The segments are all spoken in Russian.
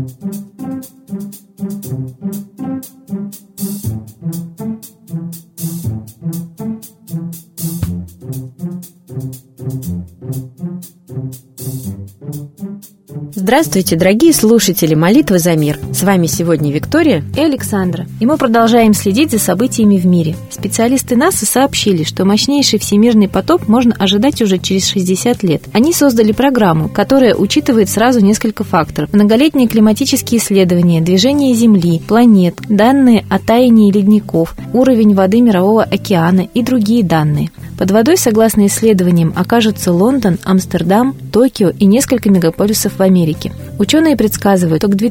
Здравствуйте, дорогие слушатели «Молитвы за мир». С вами сегодня Виктория и Александра. И мы продолжаем следить за событиями в мире. Специалисты НАСА сообщили, что мощнейший всемирный потоп можно ожидать уже через 60 лет. Они создали программу, которая учитывает сразу несколько факторов: многолетние климатические исследования, движение Земли, планет, данные о таянии ледников, уровень воды Мирового океана и другие данные. Под водой, согласно исследованиям, окажутся Лондон, Амстердам, Токио и несколько мегаполисов в Америке. Ученые предсказывают, что к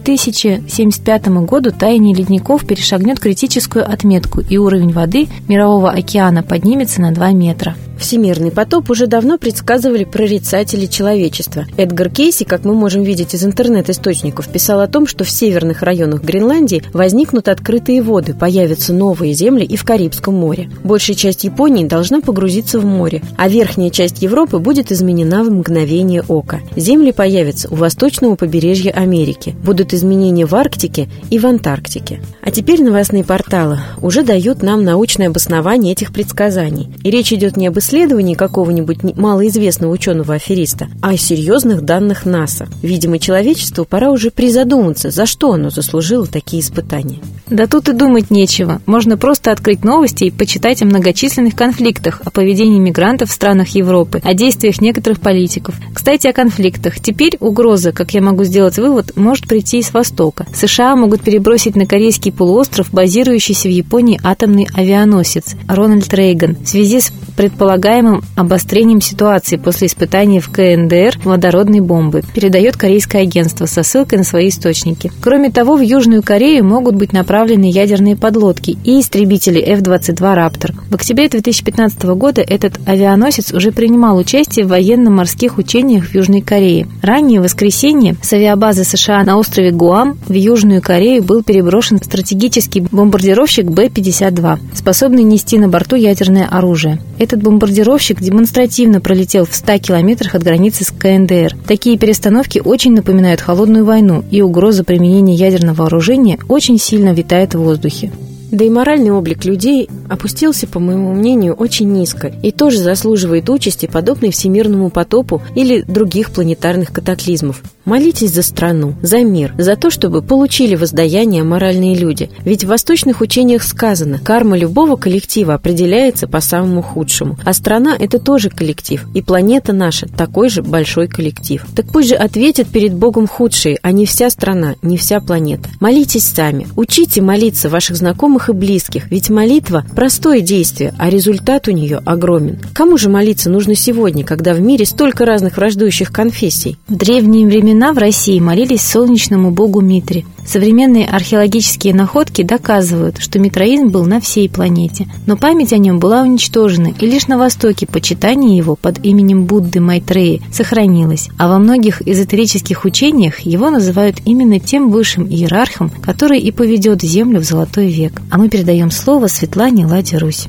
2075 году таяние ледников перешагнет критическую отметку, и уровень воды Мирового океана поднимется на 2 метра. Всемирный потоп уже давно предсказывали прорицатели человечества. Эдгар Кейси, как мы можем видеть из интернет-источников, писал о том, что в северных районах Гренландии возникнут открытые воды, появятся новые земли и в Карибском море. Большая часть Японии должна погрузиться в море, а верхняя часть Европы будет изменена в мгновение ока. Земли появятся у восточного побережья Америки. Будут изменения в Арктике и в Антарктике. А теперь новостные порталы уже дают нам научное обоснование этих предсказаний. И речь идет не об исследовании какого-нибудь малоизвестного ученого-афериста, а о серьезных данных НАСА. Видимо, человечеству пора уже призадуматься, за что оно заслужило такие испытания. Да тут и думать нечего. Можно просто открыть новости и почитать о многочисленных конфликтах, о поведении мигрантов в странах Европы, о действиях некоторых политиков. Кстати, о конфликтах. Теперь угроза, как я могу сделать вывод, может прийти с Востока. США могут перебросить на Корейский полуостров базирующийся в Японии атомный авианосец Рональд Рейган в связи с предполагаемым обострением ситуации после испытаний в КНДР водородной бомбы, передает корейское агентство со ссылкой на свои источники. Кроме того, в Южную Корею могут быть направлены ядерные подлодки и истребители F-22 «Раптор». В октябре 2015 года этот авианосец уже принимал участие в военно-морских учениях в Южной Корее. Ранее, в воскресенье, с авиабазы США на острове Гуам в Южную Корею был переброшен стратегический бомбардировщик Б-52, способный нести на борту ядерное оружие. Этот бомбардировщик демонстративно пролетел в 100 километрах от границы с КНДР. Такие перестановки очень напоминают холодную войну, и угроза применения ядерного вооружения очень сильно витает в воздухе. Да и моральный облик людей опустился, по моему мнению, очень низко и тоже заслуживает участи, подобной всемирному потопу или других планетарных катаклизмов. Молитесь за страну, за мир, за то, чтобы получили воздаяние моральные люди. Ведь в восточных учениях сказано: карма любого коллектива определяется по самому худшему. А страна – это тоже коллектив, и планета наша – такой же большой коллектив. Так пусть же ответят перед Богом худшие, а не вся страна, не вся планета. Молитесь сами, учите молиться ваших знакомых и близких, ведь молитва – простое действие, а результат у нее огромен. Кому же молиться нужно сегодня, когда в мире столько разных враждующих конфессий? В древние времена в России молились солнечному богу Митре. Современные археологические находки доказывают, что митраизм был на всей планете, но память о нем была уничтожена, и лишь на Востоке почитание его под именем Будды Майтреи сохранилось, а во многих эзотерических учениях его называют именно тем высшим иерархом, который и поведет Землю в золотой век. А мы передаем слово Светлане Ладе Русь.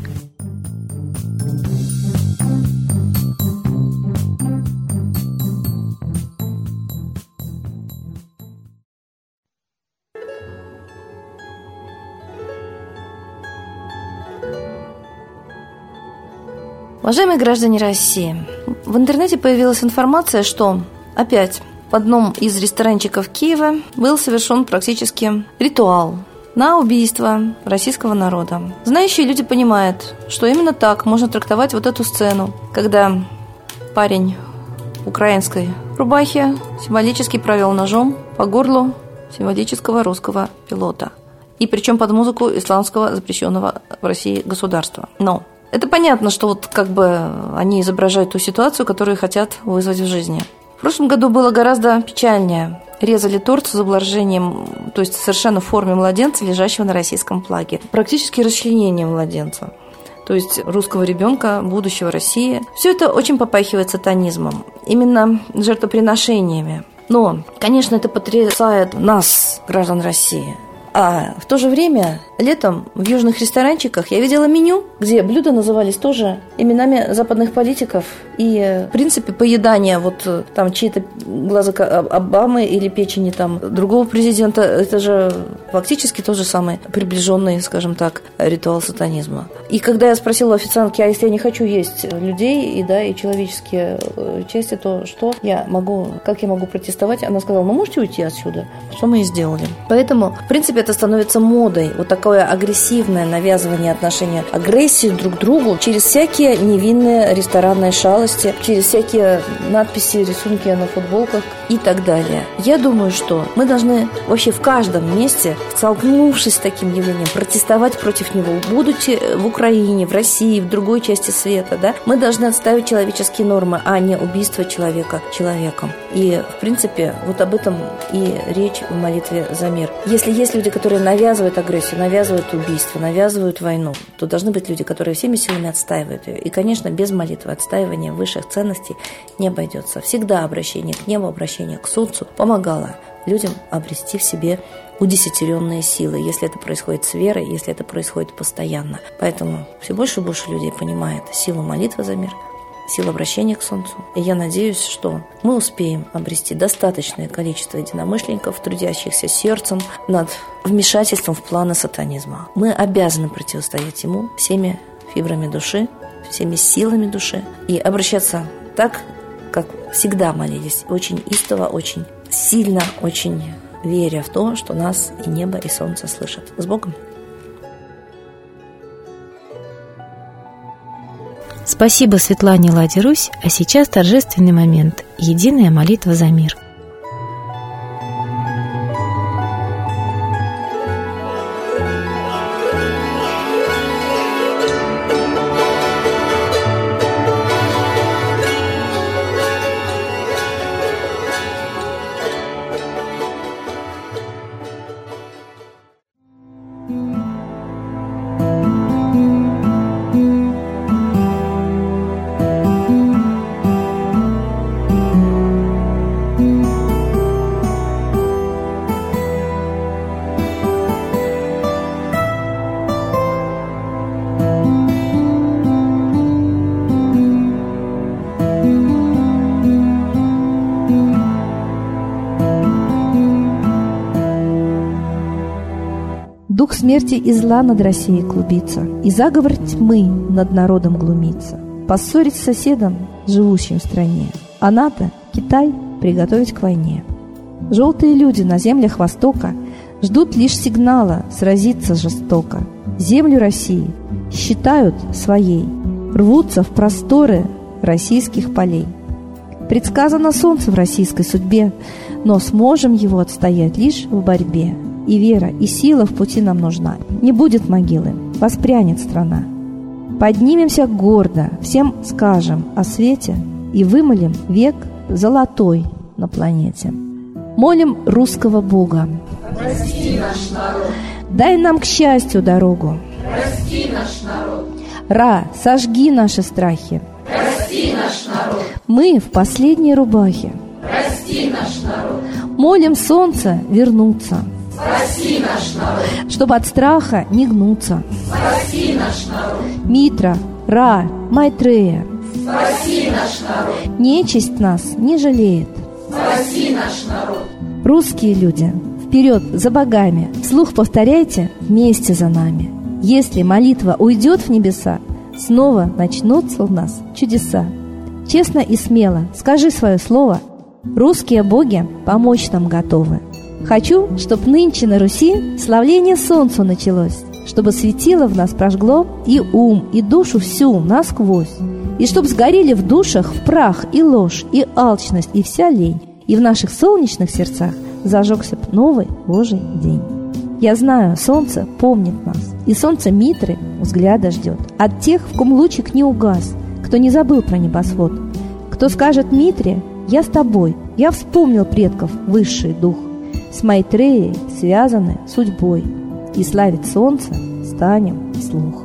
Уважаемые граждане России, в интернете появилась информация, что опять в одном из ресторанчиков Киева был совершен практически ритуал на убийство российского народа. Знающие люди понимают, что именно так можно трактовать вот эту сцену, когда парень в украинской рубахе символически провел ножом по горлу символического русского пилота. И причем под музыку исламского запрещенного в России государства. Но это понятно, что вот как бы они изображают ту ситуацию, которую хотят вызвать в жизни. В прошлом году было гораздо печальнее. Резали торт с изображением, то есть совершенно в форме младенца, лежащего на российском флаге. Практически расчленение младенца. То есть русского ребенка, будущего России. Все это очень попахивает сатанизмом. Именно жертвоприношениями. Но, конечно, это потрясает нас, граждан России. А в то же время летом в южных ресторанчиках я видела меню, где блюда назывались тоже именами западных политиков. И, в принципе, поедание вот там чьи-то глаза Обамы или печени там другого президента, это же фактически тот же самый приближенный, скажем так, ритуал сатанизма. И когда я спросила у официантки, а если я не хочу есть людей и человеческие части, то что я могу, как я могу протестовать? Она сказала, можете уйти отсюда? Что мы и сделали. Поэтому, в принципе, это становится модой. Вот такое агрессивное навязывание отношения, агрессии друг к другу через всякие невинные ресторанные шалости, через всякие надписи, рисунки на футболках и так далее. Я думаю, что мы должны вообще в каждом месте, столкнувшись с таким явлением, протестовать против него. Будучи в Украине, в России, в другой части света, мы должны отставить человеческие нормы, а не убийство человека человеком. И, в принципе, вот об этом и речь в молитве за мир. Если есть люди, которые навязывают агрессию, навязывают убийство, навязывают войну, то должны быть люди, которые всеми силами отстаивают ее. И, конечно, без молитвы отстаивания высших ценностей не обойдется. Всегда обращение к небу, обращение к солнцу помогало людям обрести в себе удесятеренные силы, если это происходит с верой, если это происходит постоянно. Поэтому все больше и больше людей понимает силу молитвы за мир, силу обращения к солнцу. И я надеюсь, что мы успеем обрести достаточное количество единомышленников, трудящихся сердцем над вмешательством в планы сатанизма. Мы обязаны противостоять ему всеми фибрами души, всеми силами души и обращаться так, как всегда молились, очень истово, очень сильно, очень веря в то, что нас и небо, и солнце слышат. С Богом! Спасибо Светлане Ладе-Русь, а сейчас торжественный момент – единая молитва за мир. Дух смерти и зла над Россией клубится, и заговор тьмы над народом глумится. Поссорить с соседом, живущим в стране, а НАТО, Китай, приготовить к войне. Желтые люди на землях Востока ждут лишь сигнала сразиться жестоко. Землю России считают своей, рвутся в просторы российских полей. Предсказано солнце в российской судьбе, но сможем его отстоять лишь в борьбе. И вера, и сила в пути нам нужна. Не будет могилы, воспрянет страна. Поднимемся гордо, всем скажем о свете и вымолим век золотой на планете. Молим русского Бога. Прости наш народ. Дай нам к счастью дорогу. Прости наш народ. Ра, сожги наши страхи. Прости наш народ. Мы в последней рубахе. Прости наш народ. Молим солнце вернуться. Спаси наш народ. Чтобы от страха не гнуться. Спаси наш народ. Митра, Ра, Майтрея. Спаси наш народ. Нечисть нас не жалеет. Спаси наш народ. Русские люди, вперед за богами. Вслух повторяйте вместе за нами. Если молитва уйдет в небеса, снова начнутся у нас чудеса. Честно и смело скажи свое слово. Русские боги помочь нам готовы. Хочу, чтоб нынче на Руси славление солнцу началось, чтобы светило в нас прожгло и ум, и душу всю насквозь, и чтоб сгорели в душах в прах и ложь, и алчность, и вся лень, и в наших солнечных сердцах зажегся б новый Божий день. Я знаю, солнце помнит нас, и солнце Митры взгляда ждет от тех, в ком лучик не угас, кто не забыл про небосвод, кто скажет Митре: «Я с тобой, я вспомнил предков высший дух». С Майтреей связаны судьбой, и славить солнце станем вслух.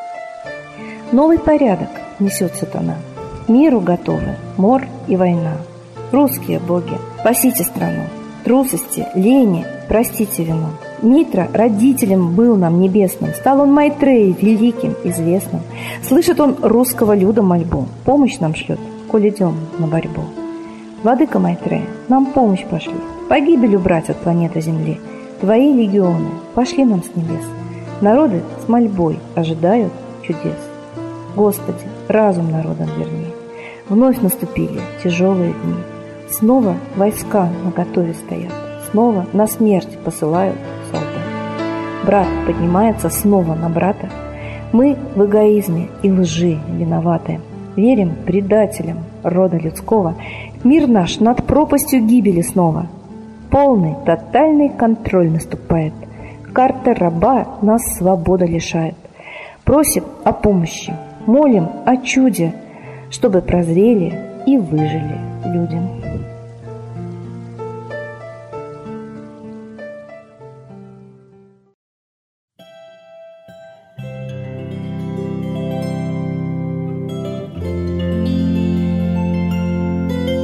Новый порядок несет сатана. Миру готовы мор и война. Русские боги, спасите страну. Трусости, лени, простите вину. Митра родителем был нам небесным, стал он Майтреей великим, известным. Слышит он русского люда мольбу, помощь нам шлет, коль идем на борьбу. Владыка Майтрея, нам помощь пошли, погибель убрать от планеты Земли. Твои легионы пошли нам с небес, народы с мольбой ожидают чудес. Господи, разум народам верни. Вновь наступили тяжелые дни. Снова войска наготове стоят, снова на смерть посылают солдат. Брат поднимается снова на брата. Мы в эгоизме и лжи виноваты. Верим предателям рода людского. Мир наш над пропастью гибели снова. Полный, тотальный контроль наступает. Карта раба нас свобода лишает. Просим о помощи, молим о чуде, чтобы прозрели и выжили людям.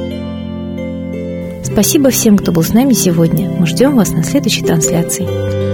Спасибо всем, кто был с нами сегодня. Мы ждем вас на следующей трансляции.